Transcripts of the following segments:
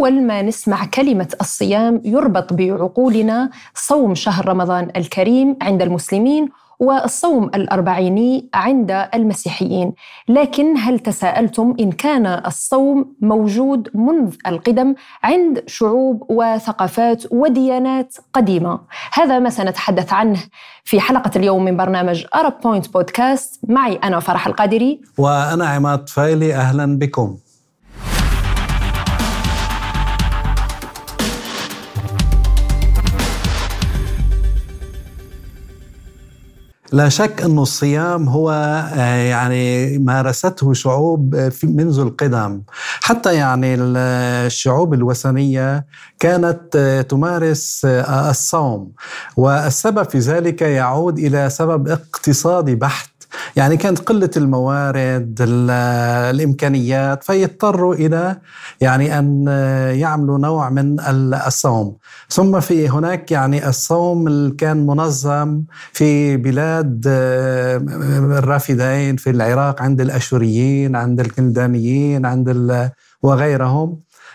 أول ما نسمع كلمة الصيام يربط بعقولنا صوم شهر رمضان الكريم عند المسلمين والصوم الأربعيني عند المسيحيين. لكن هل تساءلتم إن كان الصوم موجود منذ القدم عند شعوب وثقافات وديانات قديمة؟ هذا ما سنتحدث عنه في حلقة اليوم من برنامج Arab Point بودكاست. معي أنا فرح القادري وأنا عماد طفيلي. أهلا بكم. لا شك أن الصيام هو مارسته شعوب منذ القدم، حتى الشعوب الوثنية كانت تمارس الصوم، والسبب في ذلك يعود إلى سبب اقتصادي بحت. كانت قلة الموارد، الإمكانيات، فيضطروا إلى أن يعملوا نوع من الصوم. ثم في هناك الصوم كان منظم في بلاد الرافدين في العراق، عند الأشوريين، عند الكلدانيين، وغيرهم.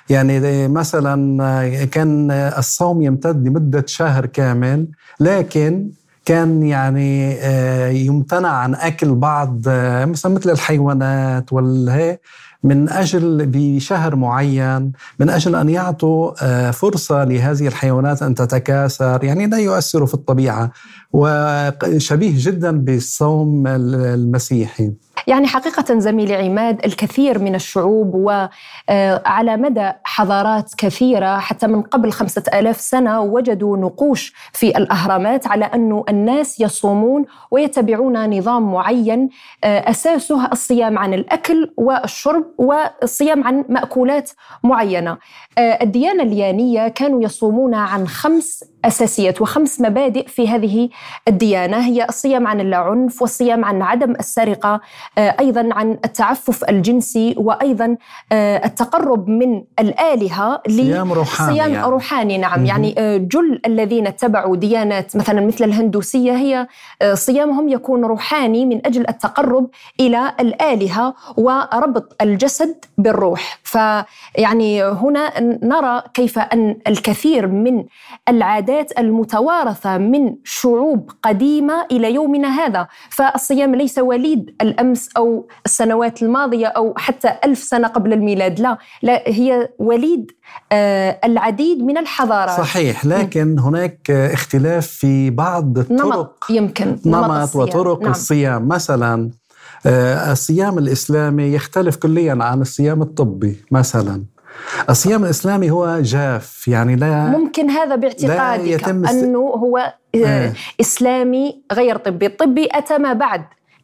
مثلا كان الصوم يمتد لمدة شهر كامل، لكن كان يمتنع عن أكل بعض مثل الحيوانات من أجل بشهر معين، من أجل أن يعطوا فرصة لهذه الحيوانات أن تتكاثر، لا يؤثر في الطبيعة، وشبيه جدا بالصوم المسيحي. حقيقة زميلي عماد، الكثير من الشعوب وعلى مدى حضارات كثيرة حتى من قبل 5000 سنة وجدوا نقوش في الأهرامات على أن الناس يصومون ويتبعون نظام معين أساسه الصيام عن الأكل والشرب والصيام عن مأكولات معينة. الديانة اليانية كانوا يصومون عن 5 أساسيات و5 مبادئ في هذه الديانة، هي الصيام عن اللاعنف، والصيام عن عدم السرقة، أيضا عن التعفف الجنسي، وأيضا التقرب من الآلهة. صيام روحاني نعم. جل الذين اتبعوا ديانات مثلا مثل الهندوسية هي صيامهم يكون روحاني من أجل التقرب إلى الآلهة وربط الجسد بالروح. هنا نرى كيف أن الكثير من العادات المتوارثة من شعوب قديمة إلى يومنا هذا، فالصيام ليس وليد الأمس أو السنوات الماضية أو حتى 1000 سنة قبل الميلاد، لا هي وليد العديد من الحضارات. صحيح، لكن هناك اختلاف في بعض الطرق، نمط وطرق نعم. الصيام. مثلا الصيام الإسلامي يختلف كليا عن الصيام الطبي. مثلا الصيام الإسلامي هو جاف، لا ممكن هذا باعتقادك أنه هو إسلامي غير طبي. الطبي أتى ما بعد،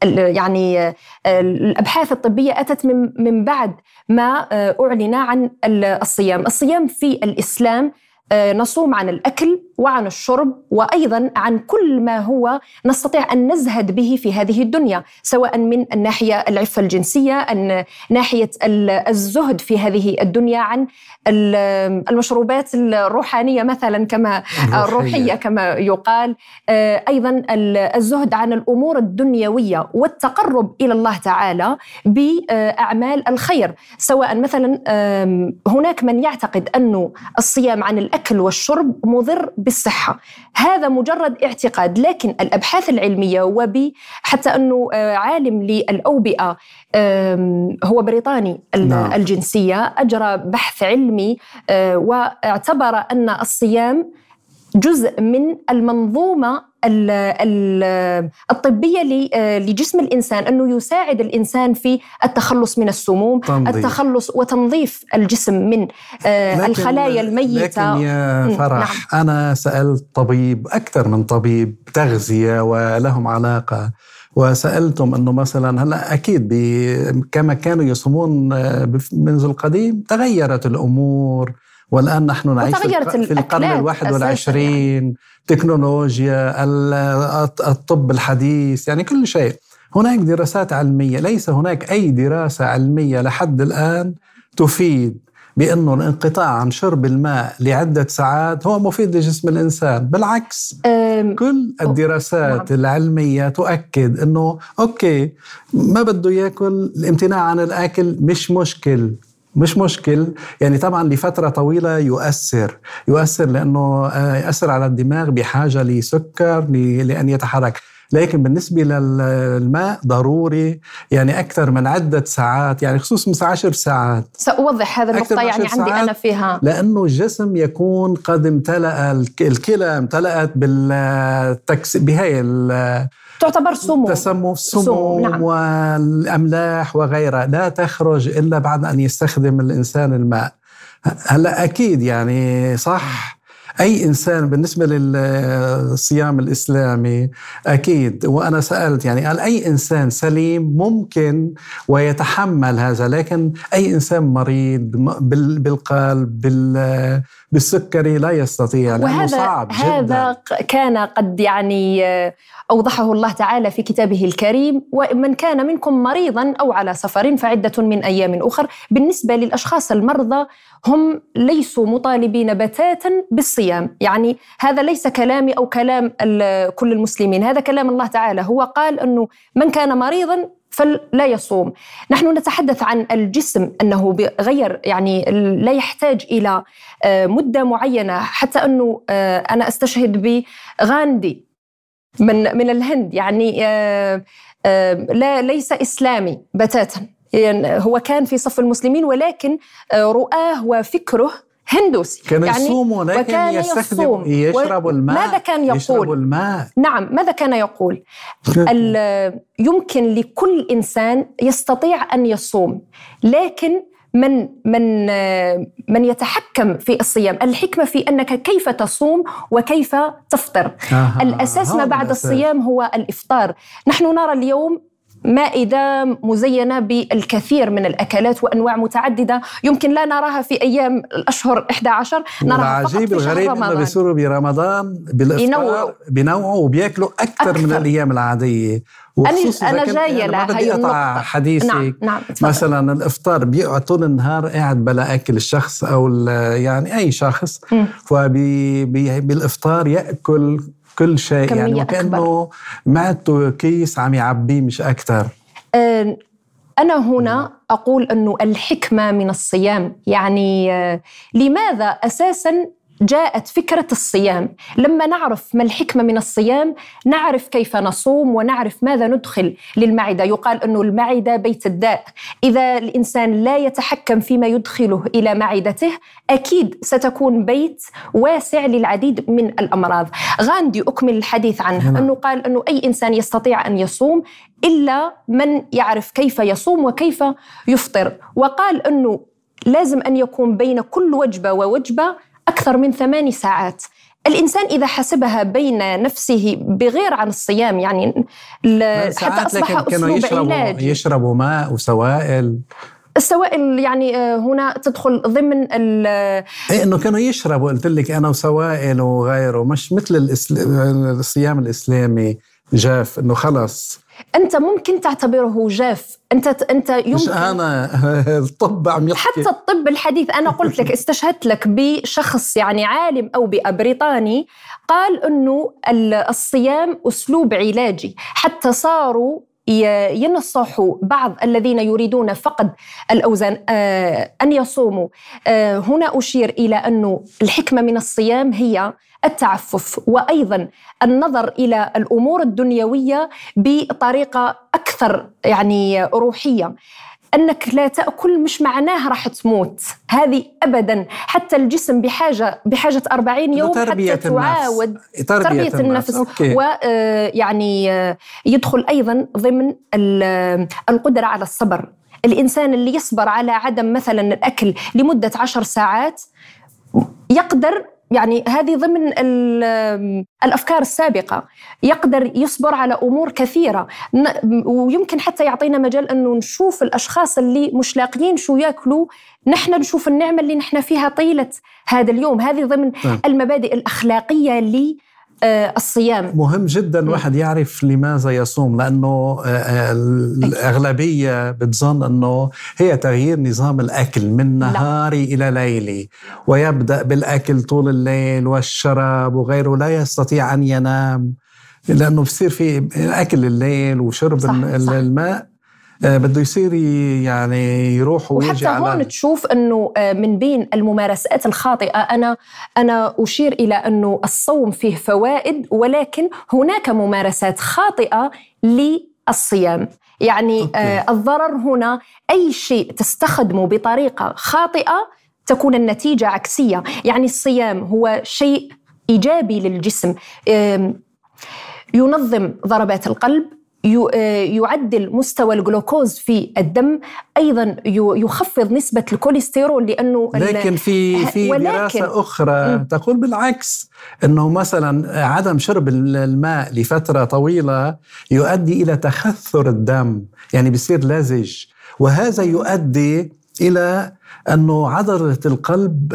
الأبحاث الطبية أتت من بعد ما أعلن عن الصيام في الإسلام. نصوم عن الأكل وعن الشرب وأيضا عن كل ما هو نستطيع أن نزهد به في هذه الدنيا، سواء من الناحية العفة الجنسية، أن ناحية الزهد في هذه الدنيا، عن المشروبات الروحانية مثلا كما الروحية كما يقال، أيضا الزهد عن الأمور الدنيوية والتقرب إلى الله تعالى بأعمال الخير. سواء مثلا هناك من يعتقد أنه الصيام عن الأكل والشرب مضر بالصحة، هذا مجرد اعتقاد، لكن الأبحاث العلمية حتى أنه عالم للأوبئة هو بريطاني الجنسية أجرى بحث علمي واعتبر أن الصيام جزء من المنظومة الطبية لجسم الإنسان، أنه يساعد الإنسان في التخلص من السموم، التخلص وتنظيف الجسم من الخلايا الميتة. لكن يا فرح، أنا سألت طبيب، أكثر من طبيب تغذية ولهم علاقة، وسألتم أنه مثلا هلأ أكيد كما كانوا يصومون منذ القديم تغيرت الأمور، والآن نحن نعيش في القرن 21، تكنولوجيا، الطب الحديث، كل شيء. هناك دراسات علمية، ليس هناك أي دراسة علمية لحد الآن تفيد بأنه الانقطاع عن شرب الماء لعدة ساعات هو مفيد لجسم الإنسان. بالعكس، كل الدراسات العلمية تؤكد أنه أوكي، ما بده يأكل، الامتناع عن الأكل مش مشكل، مش مشكل. يعني طبعا لفترة طويلة يؤثر لأنه يؤثر على الدماغ بحاجة لسكر لأن يتحرك. لكن بالنسبة للماء ضروري يعني أكثر من عدة ساعات، يعني خصوصا 10 ساعات. سأوضح هذا النقطة، يعني عندي أنا فيها، لأنه الجسم يكون قد امتلأ، الكلى امتلأت بهاي تعتبر السموم نعم. والأملاح وغيرها لا تخرج إلا بعد أن يستخدم الإنسان الماء. هلأ أكيد يعني صح، أي إنسان بالنسبة للصيام الإسلامي أكيد، وأنا سألت يعني قال أي إنسان سليم ممكن ويتحمل هذا، لكن أي إنسان مريض بالقلب بالسكري لا يستطيع، لأنه صعب جدا. هذا كان قد يعني أوضحه الله تعالى في كتابه الكريم: ومن كان منكم مريضا أو على سفر فعدة من أيام أخر. بالنسبة للأشخاص المرضى هم ليسوا مطالبين بتاتا بالصيام، يعني هذا ليس كلامي أو كلام كل المسلمين، هذا كلام الله تعالى. هو قال أنه من كان مريضا فلا يصوم. نحن نتحدث عن الجسم أنه بغير، يعني لا يحتاج إلى مدة معينة. حتى أنه أنا أستشهد بغاندي من الهند، يعني ليس إسلامي بتاتا، يعني هو كان في صف المسلمين ولكن رؤاه وفكره هندوسي. كان يعني يصوم ولكن يشرب الماء. ماذا كان يقول؟ يشرب الماء. نعم، ماذا كان يقول؟ يمكن لكل إنسان يستطيع أن يصوم، لكن من يتحكم في الصيام. الحكمة في أنك كيف تصوم وكيف تفطر. الأساس ما بعد الصيام هو الإفطار. نحن نرى اليوم مائدة مزينة بالكثير من الأكلات وأنواع متعددة يمكن لا نراها في أيام الأشهر 11، نراها فقط في شهر رمضان. الغريب إنه بيصيروا برمضان بالإفطار بينوعوا وبيأكلوا أكثر من الأيام العادية. أنا جاية لهي النقطة. حديثي نعم. مثلا الإفطار بيقعد طول النهار قاعد بلا أكل الشخص أو يعني أي شخص، بالإفطار يأكل كل شيء، يعني وكأنه معدته كيس عم يعبيه مش أكتر. أنا هنا أقول أنه الحكمة من الصيام، يعني لماذا أساساً جاءت فكرة الصيام؟ لما نعرف ما الحكمة من الصيام نعرف كيف نصوم ونعرف ماذا ندخل للمعدة. يقال أنه المعدة بيت الداء، إذا الإنسان لا يتحكم فيما يدخله إلى معدته أكيد ستكون بيت واسع للعديد من الأمراض. غاندي أكمل الحديث عنه أنه قال أنه أي إنسان يستطيع أن يصوم إلا من يعرف كيف يصوم وكيف يفطر، وقال أنه لازم أن يكون بين كل وجبة ووجبة أكثر من 8 ساعات. الإنسان إذا حسبها بين نفسه بغير عن الصيام، يعني حتى أصبح أسلوب علاجي. يشربوا ماء وسوائل. السوائل يعني هنا تدخل ضمن إنه كانوا يشربوا، قلت لك أنا، وسوائل وغيره، مش مثل الصيام الإسلامي جاف إنه خلص. أنت ممكن تعتبره جاف، أنت يمكن، مش أنا الطب عم يحكي، حتى الطب الحديث. أنا قلت لك استشهدت لك بشخص يعني عالم أو بريطاني قال أنه الصيام أسلوب علاجي، حتى صاروا ينصحوا بعض الذين يريدون فقد الأوزان أن يصوموا. هنا أشير إلى أنه الحكمة من الصيام هي التعفف، وأيضاً النظر إلى الأمور الدنيوية بطريقة أكثر يعني روحية. أنك لا تأكل مش معناها راح تموت، هذه أبداً. حتى الجسم بحاجة 40 يوم حتى تعاود تربية النفس. ويعني يدخل أيضاً ضمن القدرة على الصبر. الإنسان اللي يصبر على عدم مثلاً الأكل لمدة 10 ساعات يقدر، يعني هذه ضمن الأفكار السابقة، يقدر يصبر على أمور كثيرة. ويمكن حتى يعطينا مجال أنه نشوف الأشخاص اللي مش لاقيين شو يأكلوا، نحن نشوف النعمة اللي نحن فيها طيلة هذا اليوم. هذه ضمن المبادئ الأخلاقية الصيام. مهم جدا الواحد يعرف لماذا يصوم، لأنه الأغلبية بتظن أنه هي تغيير نظام الأكل من نهاري إلى ليلي، ويبدأ بالأكل طول الليل والشراب وغيره، لا يستطيع أن ينام لأنه بصير في أكل الليل وشرب الماء. بده يصير يعني يروح ويجي وحتى هون تشوف أنه من بين الممارسات الخاطئة أنا أشير إلى أنه الصوم فيه فوائد، ولكن هناك ممارسات خاطئة للصيام. يعني الضرر هنا أي شيء تستخدمه بطريقة خاطئة تكون النتيجة عكسية. يعني الصيام هو شيء إيجابي للجسم، ينظم ضربات القلب، يعدل مستوى الجلوكوز في الدم، أيضا يخفض نسبة الكوليسترول. لأنه لكن في دراسة أخرى تقول بالعكس، أنه مثلا عدم شرب الماء لفترة طويلة يؤدي إلى تخثر الدم، يعني بيصير لزج، وهذا يؤدي إلى أنه عضلة القلب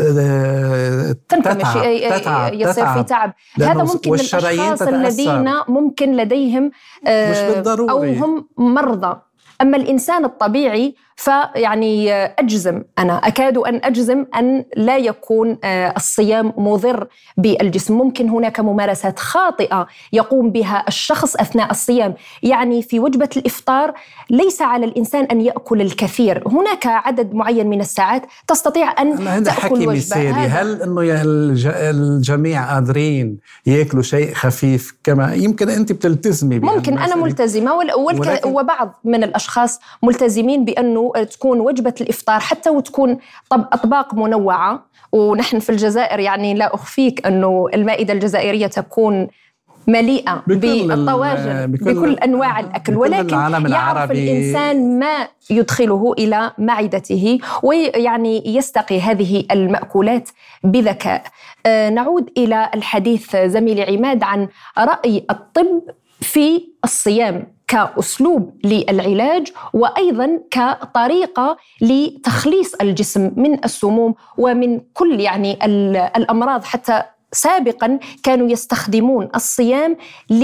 تنكمش، يصير في تعب. هذا ممكن للأشخاص الذين ممكن لديهم مش بالضروري أو هم مرضى. أما الإنسان الطبيعي فيعني أنا أكاد أن أجزم أن لا يكون الصيام مضر بالجسم. ممكن هناك ممارسات خاطئة يقوم بها الشخص أثناء الصيام. يعني في وجبة الإفطار ليس على الإنسان أن يأكل الكثير، هناك عدد معين من الساعات تستطيع أن تأكل وجبة. هل أنه الجميع قادرين يأكلوا شيء خفيف كما يمكن أنت بتلتزمي بها؟ ممكن أنا ملتزمة، وبعض من الأشخاص ملتزمين بأنه تكون وجبة الإفطار حتى وتكون أطباق منوعة. ونحن في الجزائر يعني لا أخفيك أنه المائدة الجزائرية تكون مليئة بالطواجن بكل أنواع الأكل، ولكن يعرف الإنسان ما يدخله إلى معدته ويعني يستقي هذه المأكولات بذكاء. نعود إلى الحديث زميلي عماد عن رأي الطب في الصيام كأسلوب للعلاج، وأيضاً كطريقة لتخليص الجسم من السموم ومن كل يعني الأمراض. حتى سابقاً كانوا يستخدمون الصيام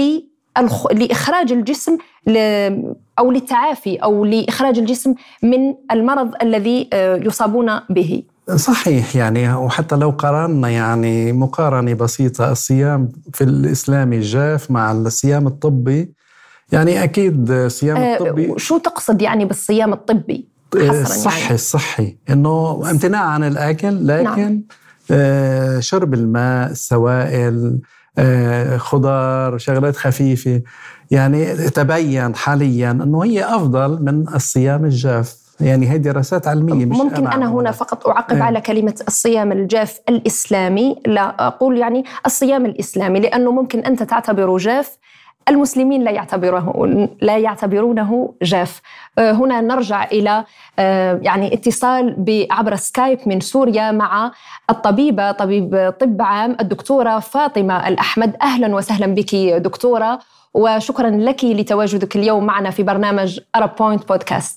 لإخراج الجسم أو للتعافي أو لإخراج الجسم من المرض الذي يصابون به. صحيح، يعني وحتى لو قارنا يعني مقارنة بسيطة الصيام في الإسلام الجاف مع الصيام الطبي، يعني أكيد الصيام الطبي. شو تقصد يعني بالصيام الطبي؟ الصحي إنه امتناع عن الأكل، لكن شرب الماء، السوائل، خضار، شغلات خفيفة، يعني تبين حاليا أنه هي أفضل من الصيام الجاف. يعني هي دراسات علمية. مش ممكن أنا هنا فقط أعقب على كلمة الصيام الجاف الإسلامي، لا أقول يعني الصيام الإسلامي، لأنه ممكن أنت تعتبره جاف، المسلمين لا يعتبرونه جاف. هنا نرجع إلى يعني اتصال عبر سكايب من سوريا مع الطبيبة، طبيب طب عام، الدكتورة فاطمة الأحمد. أهلا وسهلا بك دكتورة، وشكرا لك لتواجدك اليوم معنا في برنامج Arab Point بودكاست.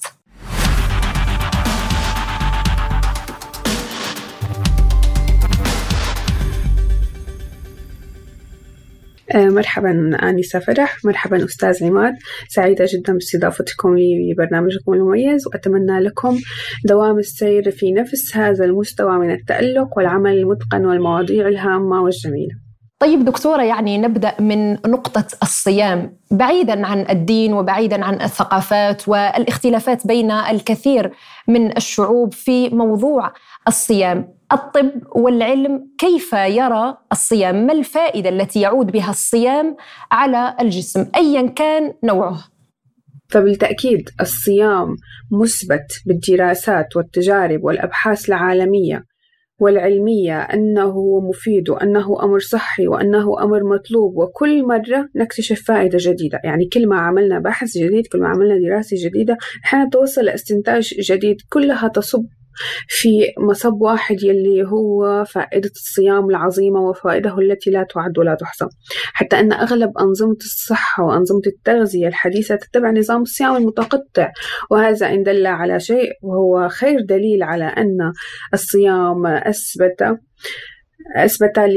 مرحبا آنسة فرح، مرحبا أستاذ عماد، سعيدة جدا باستضافتكم لي ببرنامجكم المميز، وأتمنى لكم دوام السير في نفس هذا المستوى من التألق والعمل المتقن والمواضيع الهامة والجميلة. طيب دكتورة، يعني نبدأ من نقطة الصيام، بعيداً عن الدين وبعيداً عن الثقافات والاختلافات بين الكثير من الشعوب في موضوع الصيام. الطب والعلم كيف يرى الصيام؟ ما الفائدة التي يعود بها الصيام على الجسم أياً كان نوعه؟ فبالتأكيد الصيام مثبت بالدراسات والتجارب والأبحاث العالمية والعلمية أنه مفيد وأنه أمر صحي وأنه أمر مطلوب، وكل مرة نكتشف فائدة جديدة. يعني كل ما عملنا بحث جديد، كل ما عملنا دراسة جديدة، نحن توصل لاستنتاج جديد، كلها تصب في مصب واحد يلي هو فائدة الصيام العظيمة وفائده التي لا تعد ولا تحصى. حتى أن أغلب أنظمة الصحة وأنظمة التغذية الحديثة تتبع نظام الصيام المتقطع، وهذا إن دل على شيء وهو خير دليل على أن الصيام أثبت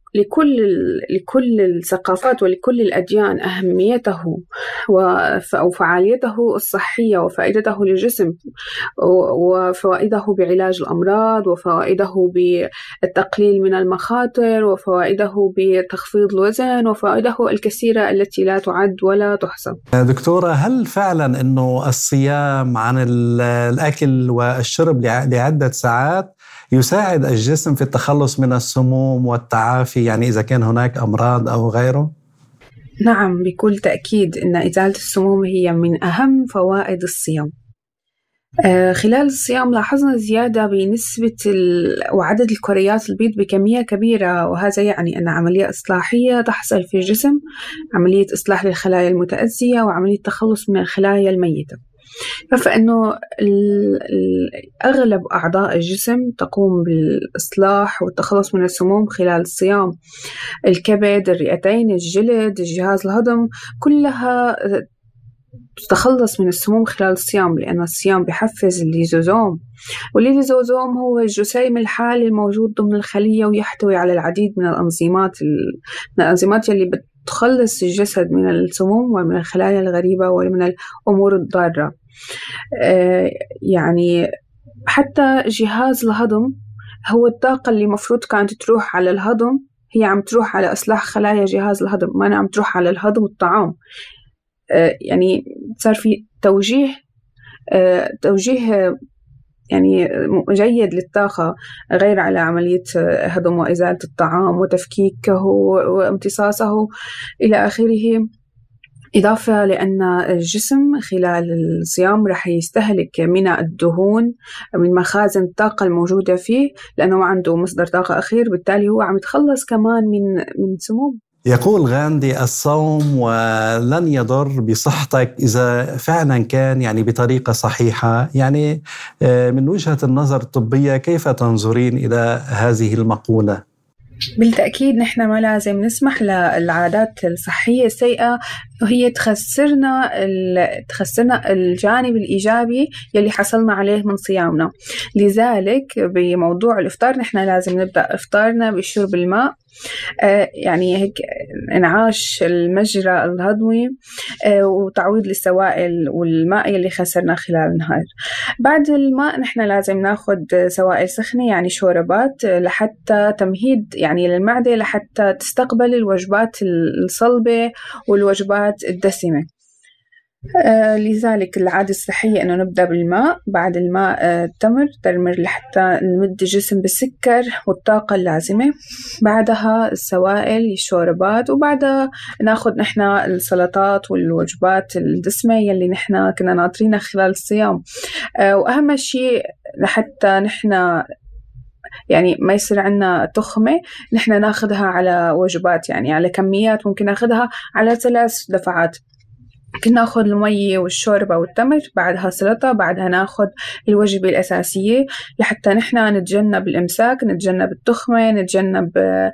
لكل الثقافات ولكل الأديان أهميته وفعاليته الصحية وفائدته للجسم وفوائده بعلاج الأمراض وفوائده بالتقليل من المخاطر وفوائده بتخفيض الوزن وفوائده الكثيرة التي لا تعد ولا تحصى. دكتورة، هل فعلا أنه الصيام عن الأكل والشرب لعدة ساعات يساعد الجسم في التخلص من السموم والتعافي، يعني إذا كان هناك أمراض أو غيره؟ نعم، بكل تأكيد إن إزالة السموم هي من أهم فوائد الصيام. خلال الصيام لاحظنا زيادة بنسبة وعدد الكريات البيض بكمية كبيرة، وهذا يعني أن عملية إصلاحية تحصل في الجسم، عملية إصلاح للخلايا المتأذية وعملية تخلص من الخلايا الميتة. فإنه أغلب أعضاء الجسم تقوم بالإصلاح والتخلص من السموم خلال الصيام. الكبد، الرئتين، الجلد، الجهاز الهضم، كلها تتخلص من السموم خلال الصيام، لأن الصيام بيحفز الليزوزوم، والليزوزوم هو الجسيم الحالي الموجود ضمن الخلية ويحتوي على العديد من الأنزيمات اللي بتخلص الجسد من السموم ومن الخلايا الغريبة ومن الأمور الضارة. يعني حتى جهاز الهضم هو الطاقة اللي مفروض كانت تروح على الهضم هي عم تروح على إصلاح خلايا جهاز الهضم، ما أنا عم تروح على الهضم والطعام. يعني صار في توجيه يعني جيد للطاقة، غير على عملية هضم وإزالة الطعام وتفكيكه وامتصاصه إلى آخره. إضافة لأن الجسم خلال الصيام رح يستهلك من الدهون من مخازن الطاقة الموجودة فيه، لأنه ما عنده مصدر طاقة أخير، بالتالي هو عم يتخلص كمان من سموم. يقول غاندي: الصوم ولن يضر بصحتك إذا فعلا كان يعني بطريقة صحيحة. يعني من وجهة النظر الطبية كيف تنظرين إلى هذه المقولة؟ بالتأكيد نحن ما لازم نسمح للعادات الصحية السيئة وهي تخسرنا الجانب الإيجابي يلي حصلنا عليه من صيامنا. لذلك بموضوع الإفطار نحن لازم نبدأ إفطارنا بشرب الماء، يعني هيك انعاش المجرى الهضمي وتعويض للسوائل والماء اللي خسرنا خلال النهار. بعد الماء نحن لازم ناخد سوائل سخنة، يعني شوربات، لحتى تمهيد يعني للمعدة لحتى تستقبل الوجبات الصلبة والوجبات الدسمة. لذلك العادة الصحية أنه نبدأ بالماء، بعد الماء تمر لحتى نمد الجسم بالسكر والطاقة اللازمة، بعدها السوائل الشوربات، وبعدها ناخد نحن السلطات والوجبات الدسمة يلي نحن كنا ناطرينها خلال الصيام. وأهم شيء لحتى نحن يعني ما يصير عنا تخمة، نحن ناخدها على وجبات، يعني على كميات ممكن ناخدها على 3 دفعات. ممكن ناخد المية والشوربة والتمر، بعدها سلطة، بعدها ناخد الوجبة الأساسية لحتى نحنا نتجنب الإمساك، نتجنب التخمة، نتجنب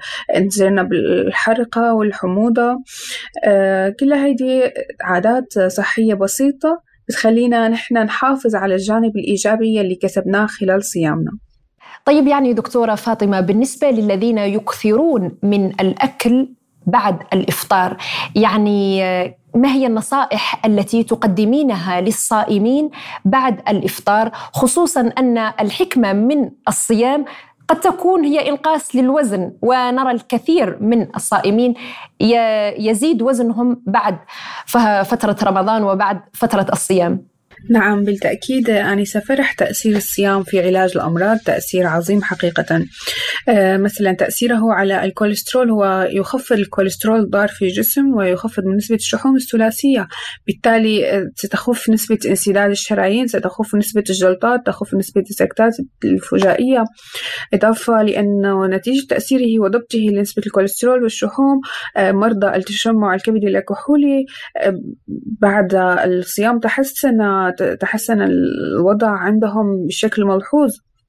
الحرقة والحموضة. كلها هيدي عادات صحية بسيطة بتخلينا نحنا نحافظ على الجانب الإيجابي اللي كسبناه خلال صيامنا. طيب، يعني دكتورة فاطمة، بالنسبة للذين يكثرون من الأكل بعد الإفطار، يعني ما هي النصائح التي تقدمينها للصائمين بعد الإفطار، خصوصاً أن الحكمة من الصيام قد تكون هي إنقاص للوزن، ونرى الكثير من الصائمين يزيد وزنهم بعد فترة رمضان وبعد فترة الصيام؟ نعم بالتأكيد آنسة فرح، تأثير الصيام في علاج الأمراض تأثير عظيم حقيقة. مثلا تأثيره على الكوليسترول هو يخفض الكوليسترول الضار في الجسم ويخفض من نسبة الشحوم الثلاثية، بالتالي ستخف نسبة انسداد الشرايين، ستخف نسبة الجلطات، تخف نسبة السكتات الفجائية. إضافة لأنه نتيجة تأثيره وضبطه لنسبة الكوليسترول والشحوم، مرضى التشمع الكبدي الكحولي بعد الصيام تحسن الوضع عندهم بشكل ملحوظ.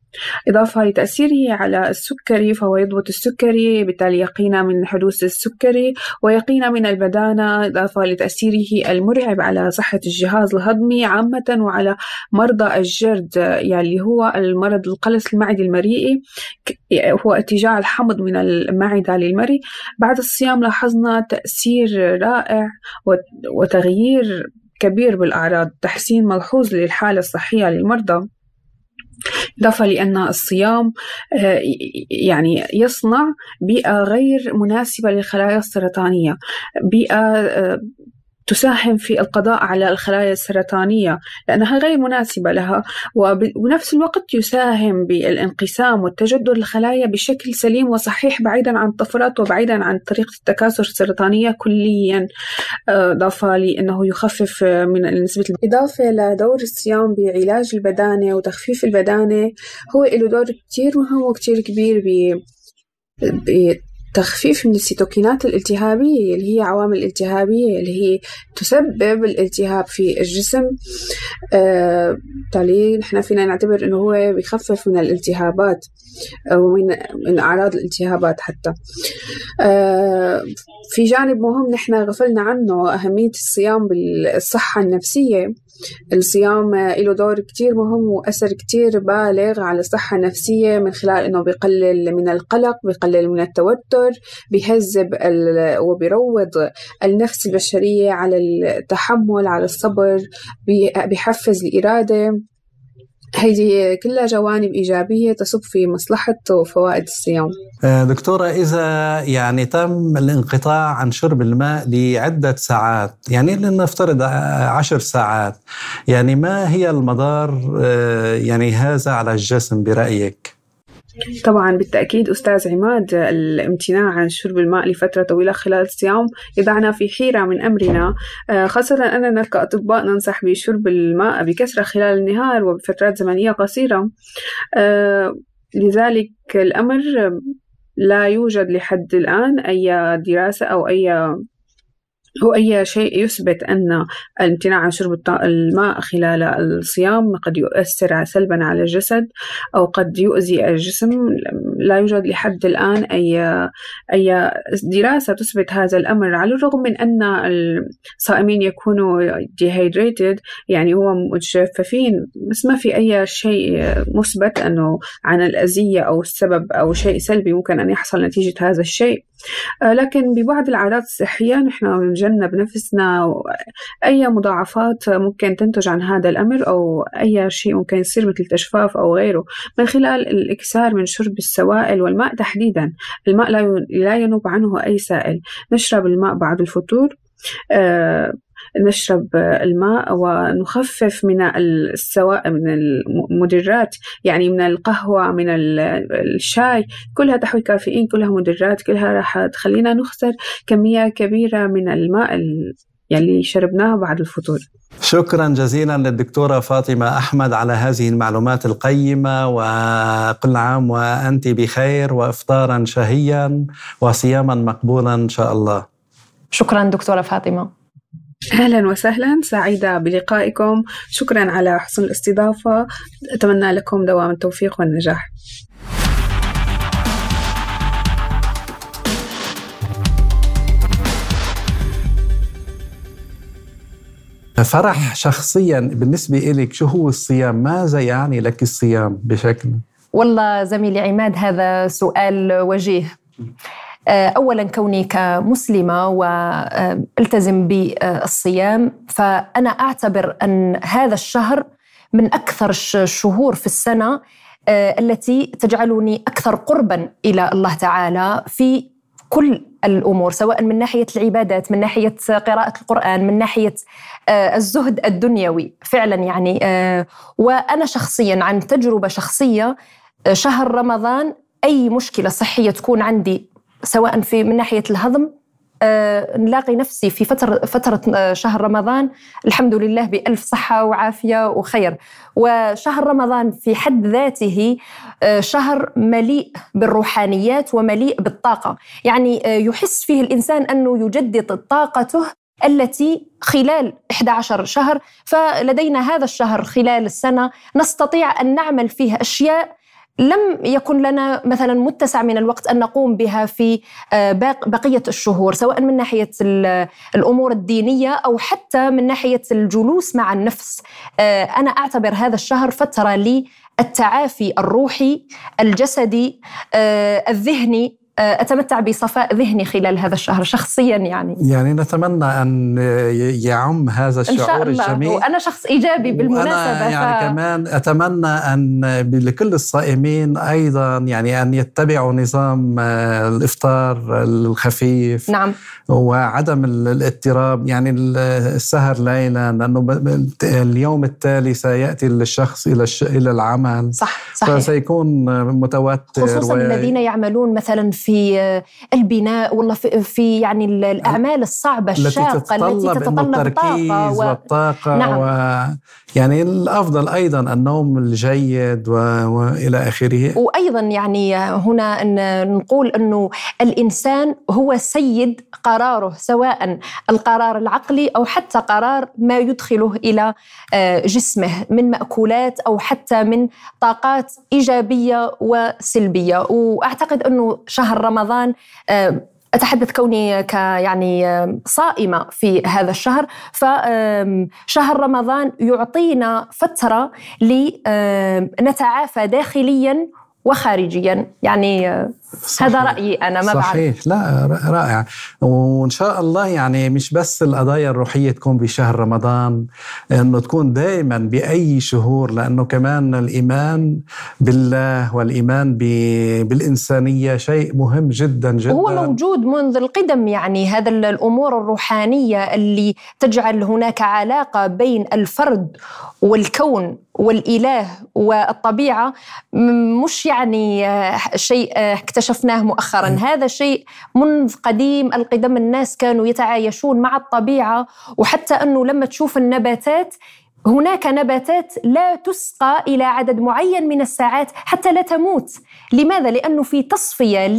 إضافة لتأثيره على السكري فهو يضبط السكري، بالتالي يقينا من حدوث السكري ويقينا من البدانة، إضافة لتأثيره المرعب على صحة الجهاز الهضمي عامة وعلى مرضى الجرد، يعني هو المرض القلص المعدي المريئي، هو اتجاه الحمض من المعدة للمريء. بعد الصيام لاحظنا تأثير رائع وتغيير كبير بالأعراض، تحسين ملحوظ للحالة الصحية للمرضى، إضافة لأن الصيام يعني يصنع بيئة غير مناسبة للخلايا السرطانية، بيئة تساهم في القضاء على الخلايا السرطانية لأنها غير مناسبة لها، وبنفس الوقت يساهم بالانقسام والتجدد الخلايا بشكل سليم وصحيح بعيدا عن الطفرات وبعيدا عن طريقة التكاثر السرطانية كليا. إضافة لأنه يخفف من نسبة إضافة لدور الصيام بعلاج البدانة وتخفيف البدانة، هو له دور كتير مهم وكتير كبير تخفيف من السيتوكينات الالتهابية اللي هي عوامل الالتهابية اللي هي تسبب الالتهاب في الجسم. بالتالي نحن فينا نعتبر أنه هو بيخفف من الالتهابات ومن أعراض الالتهابات حتى. في جانب مهم نحن غفلنا عنه، أهمية الصيام بالصحة النفسية. الصيام له دور كتير مهم وأثر كتير بالغ على الصحة النفسية من خلال أنه بيقلل من القلق، بيقلل من التوتر، بيهذب وبيروض النفس البشرية على التحمل، على الصبر، بيحفز الإرادة. هذه كلها جوانب إيجابية تصب في مصلحة وفوائد الصيام. دكتورة، إذا يعني تم الانقطاع عن شرب الماء لعدة ساعات، يعني لنفترض 10 ساعات، يعني ما هي المضار يعني هذا على الجسم برأيك؟ طبعا بالتأكيد أستاذ عماد، الامتناع عن شرب الماء لفترة طويلة خلال الصيام يضعنا في حيرة من أمرنا، خاصة أننا كأطباء ننصح بشرب الماء بكثرة خلال النهار وبفترات زمنية قصيرة. لذلك الأمر لا يوجد لحد الآن أي دراسة أو أي شيء يثبت أن الامتناع عن شرب الماء خلال الصيام قد يؤثر سلبا على الجسد أو قد يؤذي الجسم. لا يوجد لحد الآن أي دراسة تثبت هذا الأمر، على الرغم من أن الصائمين يكونوا dehydrated، يعني هو مجففين، بس ما في أي شيء مثبت أنه عن الأذية أو السبب أو شيء سلبي ممكن أن يحصل نتيجة هذا الشيء. لكن ببعض العادات الصحية نحن نتجنب نفسنا أي مضاعفات ممكن تنتج عن هذا الأمر أو أي شيء ممكن يصير مثل تجفاف أو غيره، من خلال الإكثار من شرب السوائل والماء تحديدا. الماء لا ينوب عنه أي سائل. نشرب الماء بعد الفطور، نشرب الماء ونخفف من السوائل، من المدرات، يعني من القهوة، من الشاي، كلها تحوي كافيين، كلها مدرات، كلها راح تخلينا نخسر كمية كبيرة من الماء اللي شربناه بعد الفطور. شكرا جزيلا للدكتورة فاطمة أحمد على هذه المعلومات القيمة، وكل عام وأنت بخير وإفطارا شهيا وصياما مقبولا إن شاء الله. شكرا دكتورة فاطمة. أهلا وسهلا، سعيدة بلقائكم، شكرا على حسن الاستضافة، أتمنى لكم دوام التوفيق والنجاح. فرح، شخصيا بالنسبة إليك شو هو الصيام؟ ماذا يعني لك الصيام بشكل؟ والله زميلي عماد، هذا سؤال وجيه. أولاً كوني كمسلمة والتزم بالصيام، فأنا أعتبر أن هذا الشهر من أكثر الشهور في السنة التي تجعلني أكثر قرباً إلى الله تعالى في كل الأمور، سواء من ناحية العبادات، من ناحية قراءة القرآن، من ناحية الزهد الدنيوي فعلاً يعني. وأنا شخصياً عن تجربة شخصية، شهر رمضان أي مشكلة صحية تكون عندي سواء من ناحية الهضم، نلاقي نفسي في فترة شهر رمضان الحمد لله بألف صحة وعافية وخير. وشهر رمضان في حد ذاته شهر مليء بالروحانيات ومليء بالطاقة، يعني يحس فيه الإنسان أنه يجدد طاقته التي خلال 11 شهر. فلدينا هذا الشهر خلال السنة نستطيع أن نعمل فيه أشياء لم يكن لنا مثلا متسع من الوقت أن نقوم بها في بقية الشهور، سواء من ناحية الأمور الدينية أو حتى من ناحية الجلوس مع النفس. أنا أعتبر هذا الشهر فترة للتعافي الروحي، الجسدي، الذهني. أتمتع بصفاء ذهني خلال هذا الشهر شخصيا. يعني نتمنى أن يعم هذا الشعور الجميل. وأنا شخص إيجابي بالمناسبة. يعني كمان أتمنى أن لكل الصائمين أيضا يعني أن يتبعوا نظام الإفطار الخفيف. نعم. وعدم الاضطراب، يعني السهر ليلا، لأنه اليوم التالي سيأتي الشخص إلى العمل. صحيح. فسيكون متوتر، خصوصا الذين يعملون مثلا في البناء والله في يعني الأعمال الصعبة الشاقة التي تتطلب التركيز والطاقة. نعم. يعني الأفضل أيضا النوم الجيد وإلى آخره. وأيضا يعني هنا أن نقول أنه الإنسان هو سيد قراره، سواء القرار العقلي أو حتى قرار ما يدخله إلى جسمه من مأكولات أو حتى من طاقات إيجابية وسلبية. وأعتقد أنه شهر رمضان، أتحدث كوني يعني صائمة في هذا الشهر، فشهر رمضان يعطينا فترة لنتعافى داخليا وخارجيا. يعني صحيح. هذا رأيي أنا، ما صحيح. بعرف. لا، رائع. وإن شاء الله يعني مش بس القضايا الروحية تكون بشهر رمضان، إنه تكون دائما بأي شهور، لأنه كمان الإيمان بالله والإيمان بالإنسانية شيء مهم جدا جدا، وهو موجود منذ القدم. يعني هذا الأمور الروحانية اللي تجعل هناك علاقة بين الفرد والكون والإله والطبيعة، مش يعني شيء اكتشفناه مؤخرا. هذا شيء منذ قديم القدم، الناس كانوا يتعايشون مع الطبيعة. وحتى أنه لما تشوف النباتات، هناك نباتات لا تسقى إلى عدد معين من الساعات حتى لا تموت. لماذا؟ لأنه في تصفية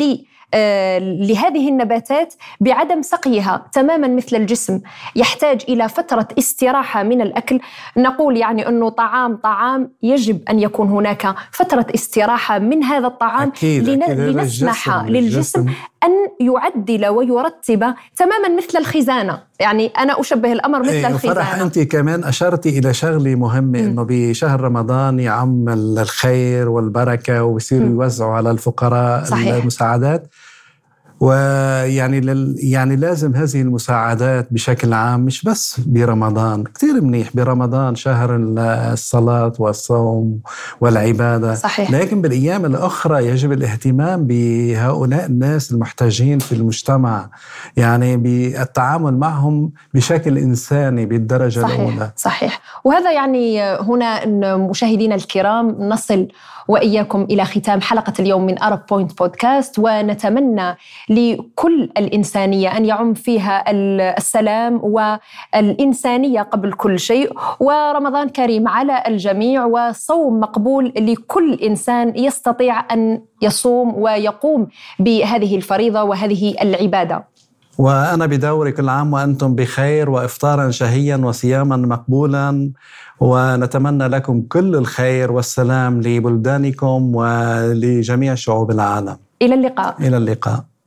لهذه النباتات بعدم سقيها، تماما مثل الجسم يحتاج إلى فترة استراحة من الأكل. نقول يعني أنه طعام يجب أن يكون هناك فترة استراحة من هذا الطعام. أكيد. لنسمح للجسم أن يعدل ويرتب، تماما مثل الخزانة. يعني أنا أشبه الأمر مثل الخزانة. فرح أنت كمان أشرتي إلى شغلة مهمة، إنه بشهر رمضان يعم الخير والبركة ويصيروا يوزعوا على الفقراء. صحيح. المساعدات. ويعني لازم هذه المساعدات بشكل عام، مش بس برمضان. كتير منيح برمضان شهر الصلاة والصوم والعبادة. صحيح. لكن بالأيام الأخرى يجب الاهتمام بهؤلاء الناس المحتاجين في المجتمع، يعني بالتعامل معهم بشكل إنساني بالدرجة الأولى. صحيح. وهذا يعني هنا مشاهدينا الكرام نصل وإياكم إلى ختام حلقة اليوم من Arab Point بودكاست، ونتمنى لكل الإنسانية أن يعم فيها السلام والإنسانية قبل كل شيء، ورمضان كريم على الجميع، وصوم مقبول لكل إنسان يستطيع أن يصوم ويقوم بهذه الفريضة وهذه العبادة. وأنا بدوري كل عام وأنتم بخير، وإفطارا شهيا وصياما مقبولا، ونتمنى لكم كل الخير والسلام لبلدانكم ولجميع شعوب العالم. إلى اللقاء. إلى اللقاء.